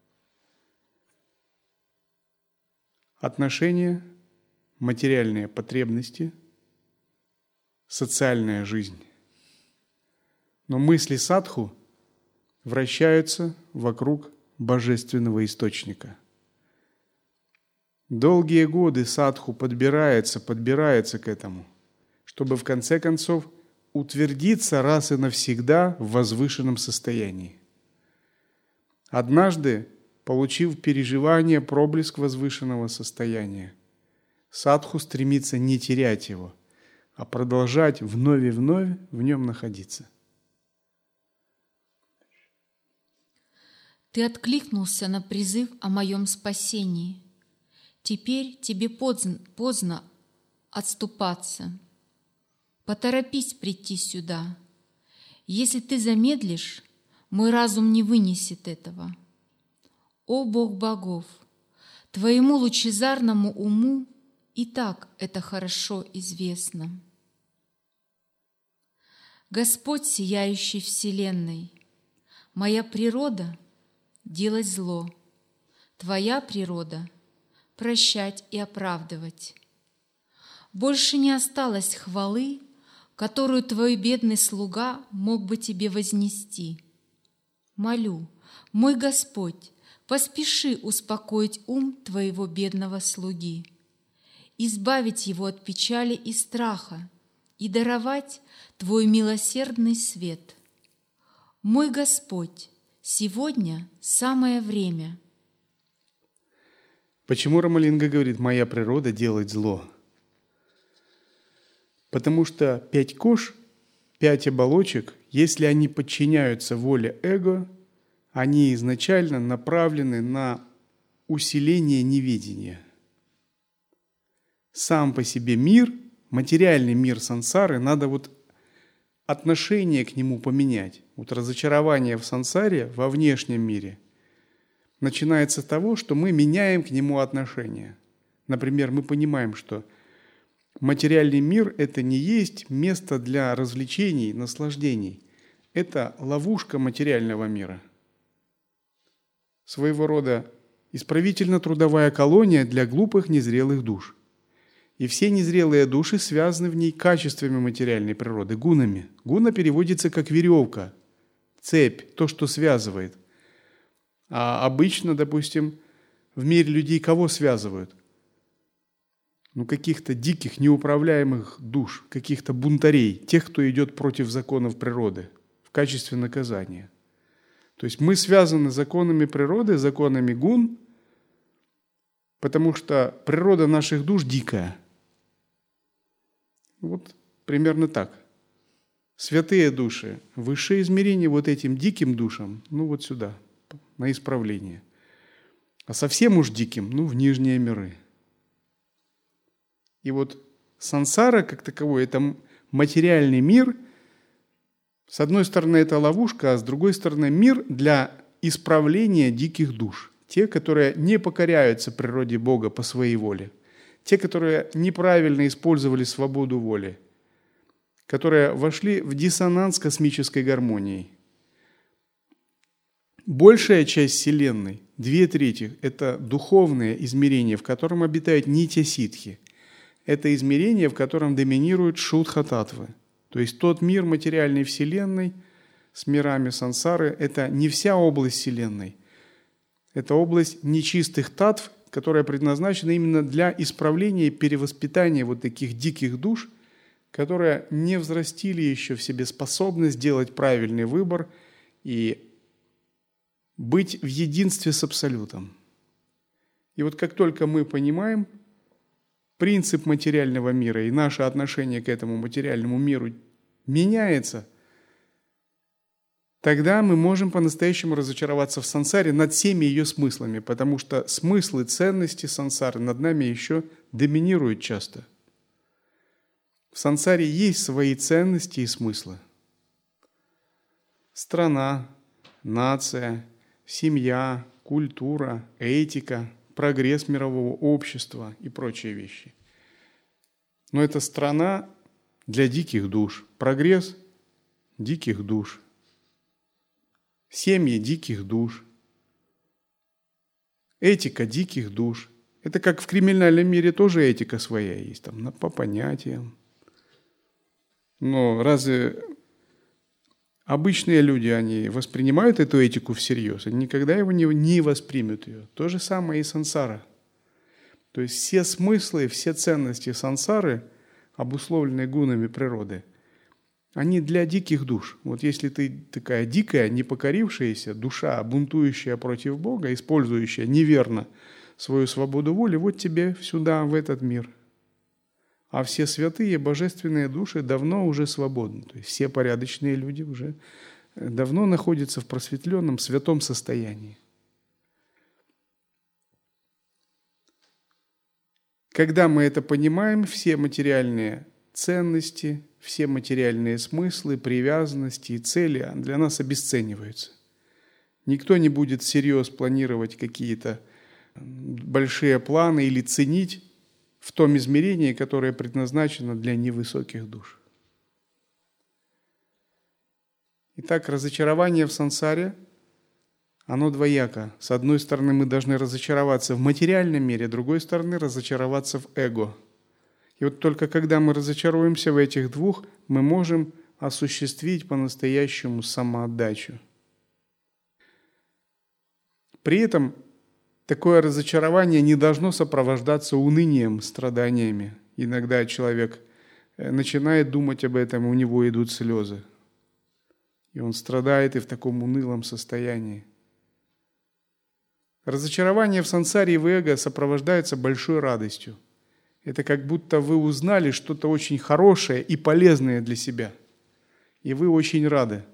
Отношения, материальные потребности, социальная жизнь. Но мысли садху вращаются вокруг божественного источника. Долгие годы садху подбирается к этому, чтобы в конце концов утвердиться раз и навсегда в возвышенном состоянии. Однажды, получив переживание, проблеск возвышенного состояния, садху стремится не терять его, а продолжать вновь и вновь в нем находиться. Ты откликнулся на призыв о моем спасении. Теперь тебе поздно отступаться. Поторопись прийти сюда. Если ты замедлишь, мой разум не вынесет этого. О Бог богов, Твоему лучезарному уму и так это хорошо известно. Господь, сияющий вселенной, моя природа — делать зло, Твоя природа — прощать и оправдывать. Больше не осталось хвалы, которую Твой бедный слуга мог бы Тебе вознести. Молю, мой Господь, поспеши успокоить ум Твоего бедного слуги, избавить его от печали и страха и даровать Твой милосердный свет. Мой Господь, сегодня самое время. Почему Рамалинга говорит «моя природа делать зло»? Потому что 5 кош, 5 оболочек, если они подчиняются воле эго, они изначально направлены на усиление неведения. Сам по себе мир, материальный мир сансары, надо отношение к нему поменять. Разочарование в сансаре, во внешнем мире, начинается с того, что мы меняем к нему отношение. Например, мы понимаем, что материальный мир – это не есть место для развлечений, наслаждений. Это ловушка материального мира. Своего рода исправительно-трудовая колония для глупых, незрелых душ. И все незрелые души связаны в ней качествами материальной природы, гунами. Гуна переводится как веревка, цепь, то, что связывает. А обычно, допустим, в мире людей кого связывают? Каких-то диких, неуправляемых душ, каких-то бунтарей, тех, кто идет против законов природы в качестве наказания. То есть мы связаны с законами природы, законами гун, потому что природа наших душ дикая. Примерно так. Святые души, высшее измерение этим диким душам, сюда, на исправление. А совсем уж диким, в нижние миры. И сансара, как таковой, это материальный мир. С одной стороны, это ловушка, а с другой стороны, мир для исправления диких душ. Те, которые не покоряются природе Бога по своей воле. Те, которые неправильно использовали свободу воли. Которые вошли в диссонанс с космической гармонией. Большая часть Вселенной, 2/3, это духовное измерение, в котором обитают нитья-ситхи. Это измерение, в котором доминируют шудха-татвы. То есть тот мир материальной Вселенной с мирами сансары – это не вся область Вселенной. Это область нечистых татв, которая предназначена именно для исправления и перевоспитания таких диких душ, которые не взрастили еще в себе способность делать правильный выбор и быть в единстве с Абсолютом. И как только мы понимаем принцип материального мира и наше отношение к этому материальному миру меняется, тогда мы можем по-настоящему разочароваться в сансаре над всеми ее смыслами, потому что смыслы, ценности сансары над нами еще доминируют часто. В сансаре есть свои ценности и смыслы. Страна, нация, семья, культура, этика, прогресс мирового общества и прочие вещи. Но это страна для диких душ, прогресс диких душ, семьи диких душ, этика диких душ. Это как в криминальном мире тоже этика своя есть, по понятиям. Но разве обычные люди, они воспринимают эту этику всерьез? Они никогда его не воспримут ее. То же самое и сансара. То есть все смыслы, все ценности сансары, обусловленные гунами природы, они для диких душ. Если ты такая дикая, непокорившаяся душа, бунтующая против Бога, использующая неверно свою свободу воли, тебе сюда, в этот мир. А все святые, божественные души давно уже свободны. То есть все порядочные люди уже давно находятся в просветленном, святом состоянии. Когда мы это понимаем, все материальные ценности, все материальные смыслы, привязанности и цели для нас обесцениваются. Никто не будет всерьез планировать какие-то большие планы или ценить в том измерении, которое предназначено для невысоких душ. Итак, разочарование в сансаре, оно двояко. С одной стороны, мы должны разочароваться в материальном мире, с другой стороны, разочароваться в эго. И вот только когда мы разочаруемся в этих двух, мы можем осуществить по-настоящему самоотдачу. При этом такое разочарование не должно сопровождаться унынием, страданиями. Иногда человек начинает думать об этом, и у него идут слезы. И он страдает и в таком унылом состоянии. Разочарование в сансаре и в эго сопровождается большой радостью. Это как будто вы узнали что-то очень хорошее и полезное для себя. И вы очень рады.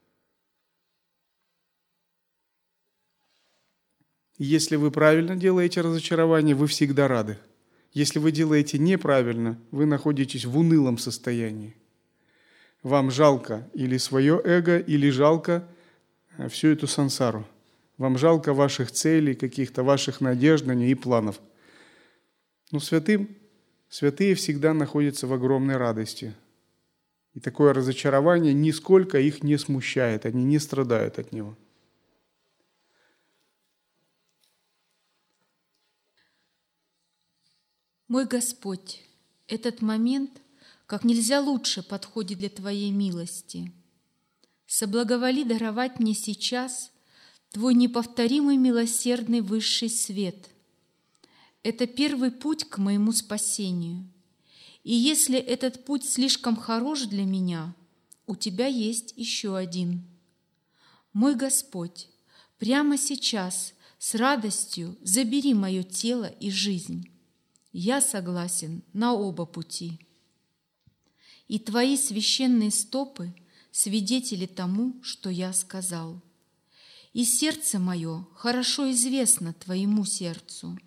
И если вы правильно делаете разочарование, вы всегда рады. Если вы делаете неправильно, вы находитесь в унылом состоянии. Вам жалко или свое эго, или жалко всю эту сансару. Вам жалко ваших целей, каких-то ваших надежд на нее и планов. Но святые всегда находятся в огромной радости. И такое разочарование нисколько их не смущает, они не страдают от него. Мой Господь, этот момент как нельзя лучше подходит для Твоей милости. Соблаговоли даровать мне сейчас Твой неповторимый милосердный высший свет. Это первый путь к моему спасению. И если этот путь слишком хорош для меня, у Тебя есть еще один. Мой Господь, прямо сейчас с радостью забери мое тело и жизнь. Я согласен на оба пути. И Твои священные стопы свидетели тому, что я сказал. И сердце мое хорошо известно Твоему сердцу.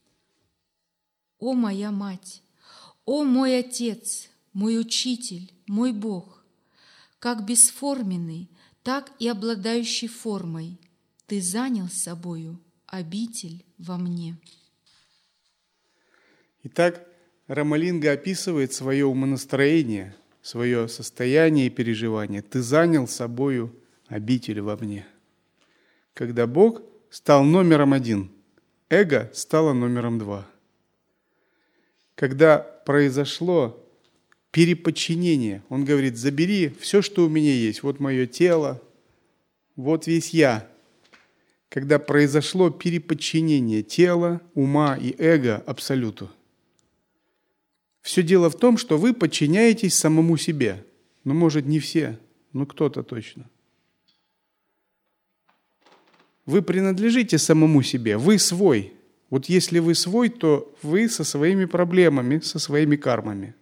О моя Мать, о мой Отец, мой Учитель, мой Бог, как бесформенный, так и обладающий формой, Ты занял собою обитель во мне. Итак, Рамалинга описывает свое умонастроение, свое состояние и переживание. Ты занял собою обитель во мне. Когда Бог стал номером 1, эго стало номером 2. Когда произошло переподчинение, Он говорит: забери все, что у меня есть, вот мое тело, вот весь я. Когда произошло переподчинение тела, ума и эго Абсолюту. Все дело в том, что вы подчиняетесь самому себе. Ну, может, не все, но кто-то точно. Вы принадлежите самому себе, вы свой. Вот если вы свой, то вы со своими проблемами, со своими кармами.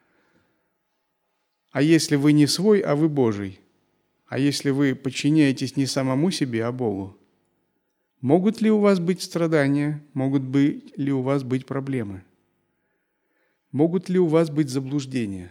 А если вы не свой, а вы Божий? А если вы подчиняетесь не самому себе, а Богу? Могут ли у вас быть страдания? Могут ли у вас быть проблемы? Могут ли у вас быть заблуждения?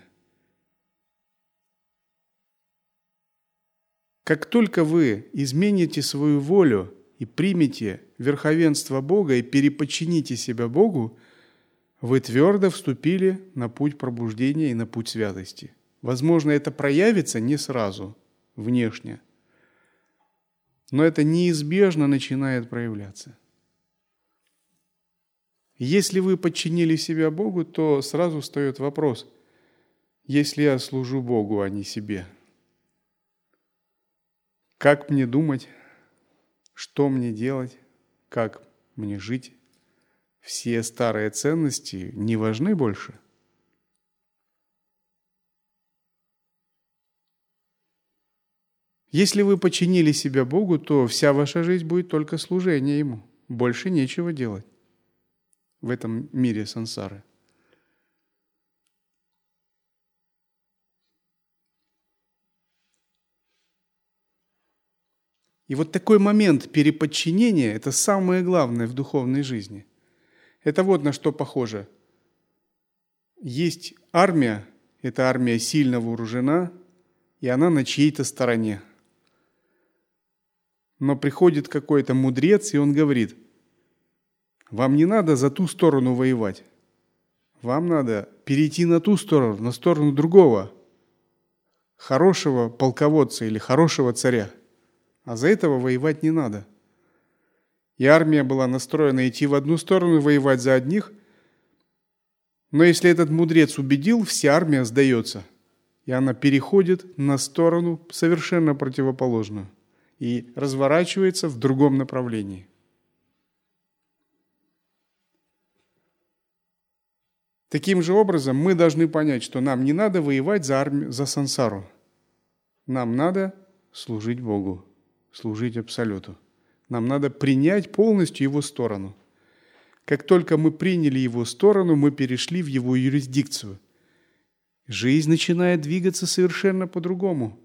Как только вы измените свою волю и примете верховенство Бога и переподчините себя Богу, вы твердо вступили на путь пробуждения и на путь святости. Возможно, это проявится не сразу, внешне, но это неизбежно начинает проявляться. Если вы подчинили себя Богу, то сразу встает вопрос: если я служу Богу, а не себе, как мне думать, что мне делать, как мне жить? Все старые ценности не важны больше. Если вы подчинили себя Богу, то вся ваша жизнь будет только служение Ему. Больше нечего делать в этом мире сансары. И вот такой момент переподчинения – это самое главное в духовной жизни. Это вот на что похоже. есть армия, эта армия сильно вооружена, и она на чьей-то стороне. Но приходит какой-то мудрец, и он говорит: вам не надо за ту сторону воевать. Вам надо перейти на ту сторону, на сторону другого, хорошего полководца или хорошего царя. А за этого воевать не надо. И армия была настроена идти в одну сторону, воевать за одних. Но если этот мудрец убедил, вся армия сдается. И она переходит на сторону совершенно противоположную и разворачивается в другом направлении. Таким же образом, мы должны понять, что нам не надо воевать за сансару. Нам надо служить Богу, служить Абсолюту. Нам надо принять полностью Его сторону. Как только мы приняли Его сторону, мы перешли в Его юрисдикцию. Жизнь начинает двигаться совершенно по-другому.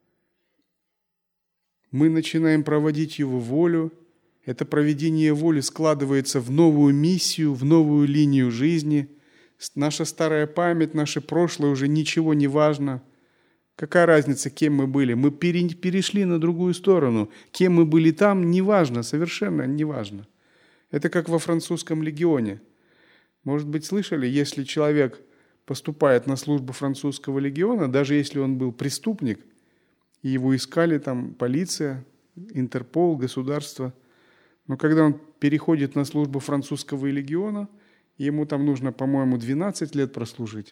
Мы начинаем проводить Его волю. Это проведение воли складывается в новую миссию, в новую линию жизни. Наша старая память, наше прошлое уже ничего не важно. Какая разница, кем мы были? Мы перешли на другую сторону. Кем мы были там, неважно, совершенно неважно. Это как во французском легионе. Может быть, слышали, если человек поступает на службу французского легиона, даже если он был преступник, и его искали там полиция, Интерпол, государство, но когда он переходит на службу французского легиона, ему там нужно, по-моему, 12 лет прослужить.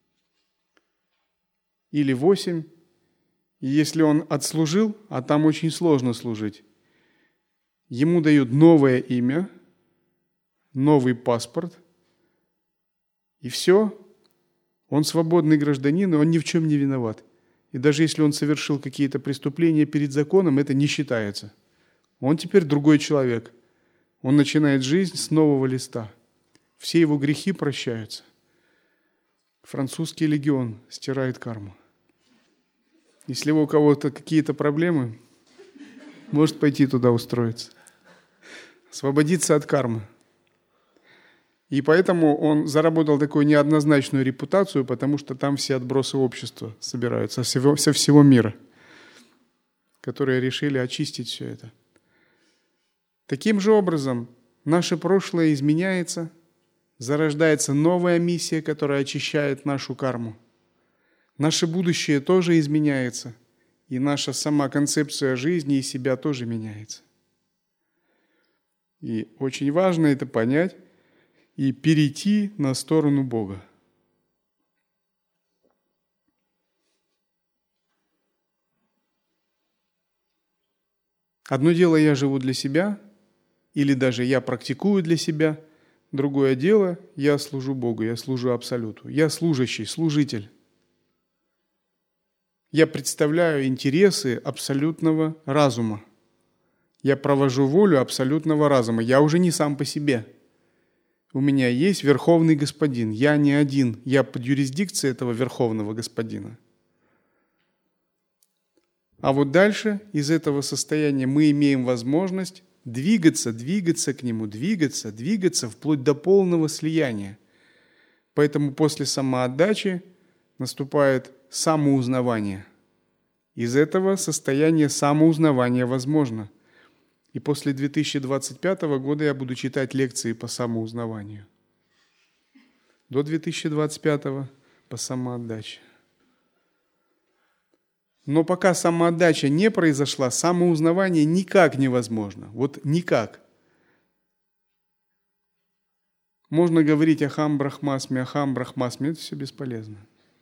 Или 8. И если он отслужил, а там очень сложно служить, ему дают новое имя, новый паспорт, и все. Он свободный гражданин, и он ни в чем не виноват. И даже если он совершил какие-то преступления перед законом, это не считается. Он теперь другой человек. Он начинает жизнь с нового листа. Все его грехи прощаются. Французский легион стирает карму. Если у кого-то какие-то проблемы, может пойти туда устроиться. Освободиться от кармы. И поэтому он заработал такую неоднозначную репутацию, потому что там все отбросы общества собираются со всего мира, которые решили очистить все это. Таким же образом, наше прошлое изменяется, зарождается новая миссия, которая очищает нашу карму. Наше будущее тоже изменяется, и наша сама концепция жизни и себя тоже меняется. И очень важно это понять и перейти на сторону Бога. Одно дело, я живу для себя, или даже я практикую для себя. Другое дело, я служу Богу, я служу Абсолюту. Я служащий, служитель. Я представляю интересы абсолютного разума. Я провожу волю абсолютного разума. Я уже не сам по себе. У меня есть Верховный Господин. Я не один. Я под юрисдикцией этого Верховного Господина. А вот дальше из этого состояния мы имеем возможность двигаться к Нему, двигаться вплоть до полного слияния. Поэтому после самоотдачи наступает самоузнавание. Из этого состояния самоузнавания возможно. И после 2025 года я буду читать лекции по самоузнаванию. До 2025 по самоотдаче. Но пока самоотдача не произошла, самоузнавание никак невозможно. Вот никак. Можно говорить ахам брахмасми, это все бесполезно.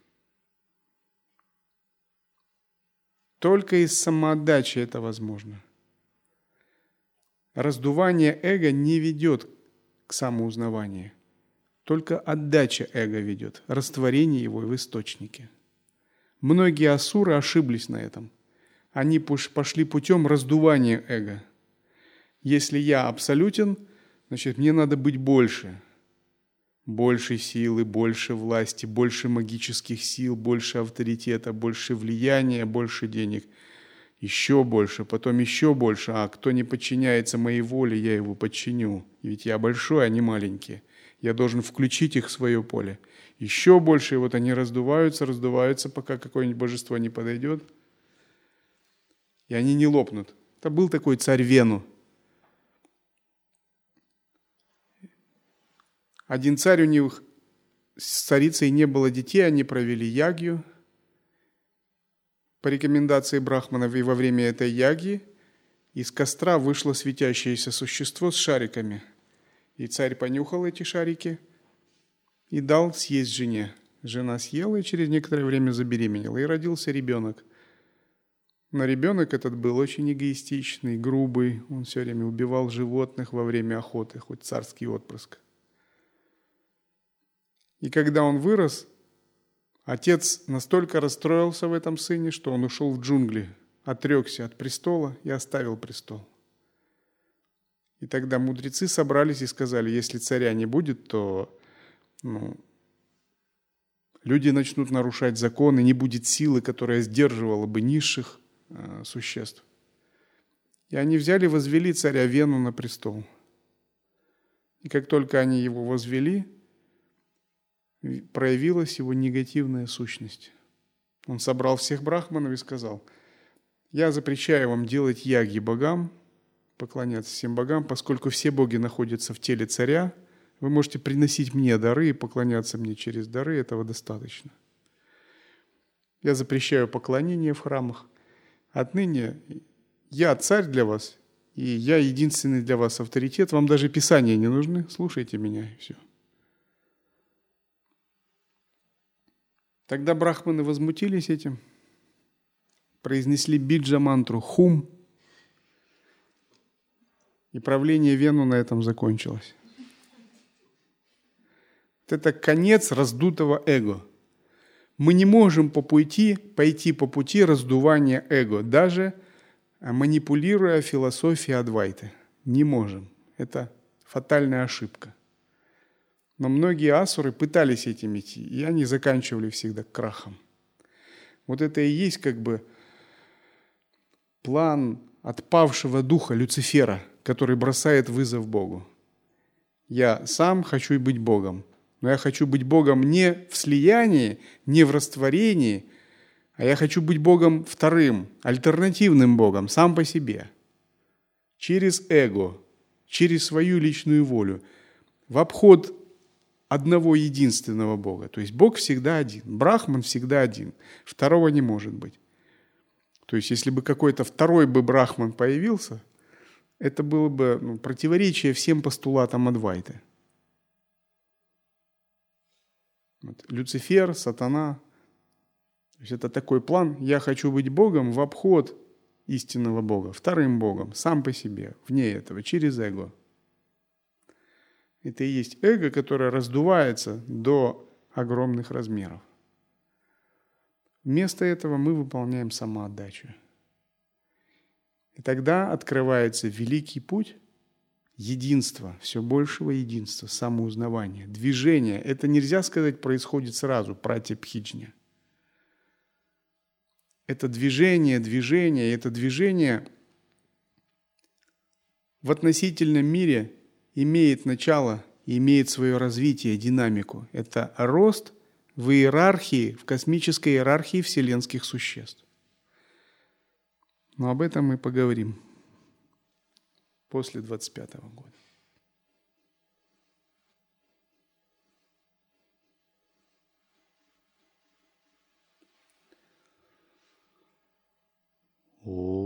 Только из самоотдачи это возможно. Раздувание эго не ведет к самоузнаванию. Только отдача эго ведет, растворение его в источнике. Многие асуры ошиблись на этом. Они пошли путем раздувания эго. Если я абсолютен, значит, мне надо быть больше. Больше силы, больше власти, больше магических сил, больше авторитета, больше влияния, больше денег. Еще больше, потом еще больше. А кто не подчиняется моей воле, я его подчиню. Ведь я большой, а не маленький. Я должен включить их в свое поле. еще больше, и вот они раздуваются, пока какое-нибудь божество не подойдет, и они не лопнут. Это был такой царь Вену. Один царь, у них с царицей не было детей, они провели ягью по рекомендации брахманов, и во время этой ягьи из костра вышло светящееся существо с шариками. И царь понюхал эти шарики и дал съесть жене. Жена съела и через некоторое время забеременела, и родился ребенок. Но ребенок этот был очень эгоистичный, грубый, он все время убивал животных во время охоты, хоть царский отпрыск. И когда он вырос, отец настолько расстроился в этом сыне, что он ушел в джунгли, отрекся от престола и оставил престол. И тогда мудрецы собрались и сказали, если царя не будет, то люди начнут нарушать закон, и не будет силы, которая сдерживала бы низших существ. И они взяли, возвели царя Вену на престол. И как только они его возвели, проявилась его негативная сущность. Он собрал всех брахманов и сказал: «Я запрещаю вам делать яги богам, поклоняться всем богам, поскольку все боги находятся в теле царя. Вы можете приносить мне дары и поклоняться мне через дары, этого достаточно. Я запрещаю поклонение в храмах. Отныне я царь для вас, и я единственный для вас авторитет. Вам даже писания не нужны, слушайте меня, и все». Тогда брахманы возмутились этим, произнесли биджа-мантру «Хум», и правление Вену на этом закончилось. Это конец раздутого эго. Мы не можем пойти по пути раздувания эго, даже манипулируя философией Адвайты. Не можем. Это фатальная ошибка. Но многие асуры пытались этим идти, и они заканчивали всегда крахом. Вот это и есть как бы план отпавшего духа Люцифера, который бросает вызов Богу. Я сам хочу быть Богом, но я хочу быть Богом не в слиянии, не в растворении, а я хочу быть Богом вторым, альтернативным Богом, сам по себе. Через эго, через свою личную волю, в обход одного единственного Бога. То есть Бог всегда один, Брахман всегда один, второго не может быть. То есть если бы какой-то второй бы Брахман появился, это было бы противоречие всем постулатам Адвайты. Вот. Люцифер, сатана. То есть это такой план: я хочу быть Богом в обход истинного Бога, вторым Богом, сам по себе, вне этого, через эго. Это и есть эго, которое раздувается до огромных размеров. Вместо этого мы выполняем самоотдачу. И тогда открывается великий путь единства, все большего единства, самоузнавания, движения. Это нельзя сказать происходит сразу, пратипхиджня. Это движение, и это движение в относительном мире имеет начало и имеет свое развитие, динамику. Это рост в иерархии, в космической иерархии вселенских существ. Но об этом мы поговорим после 25-го года. О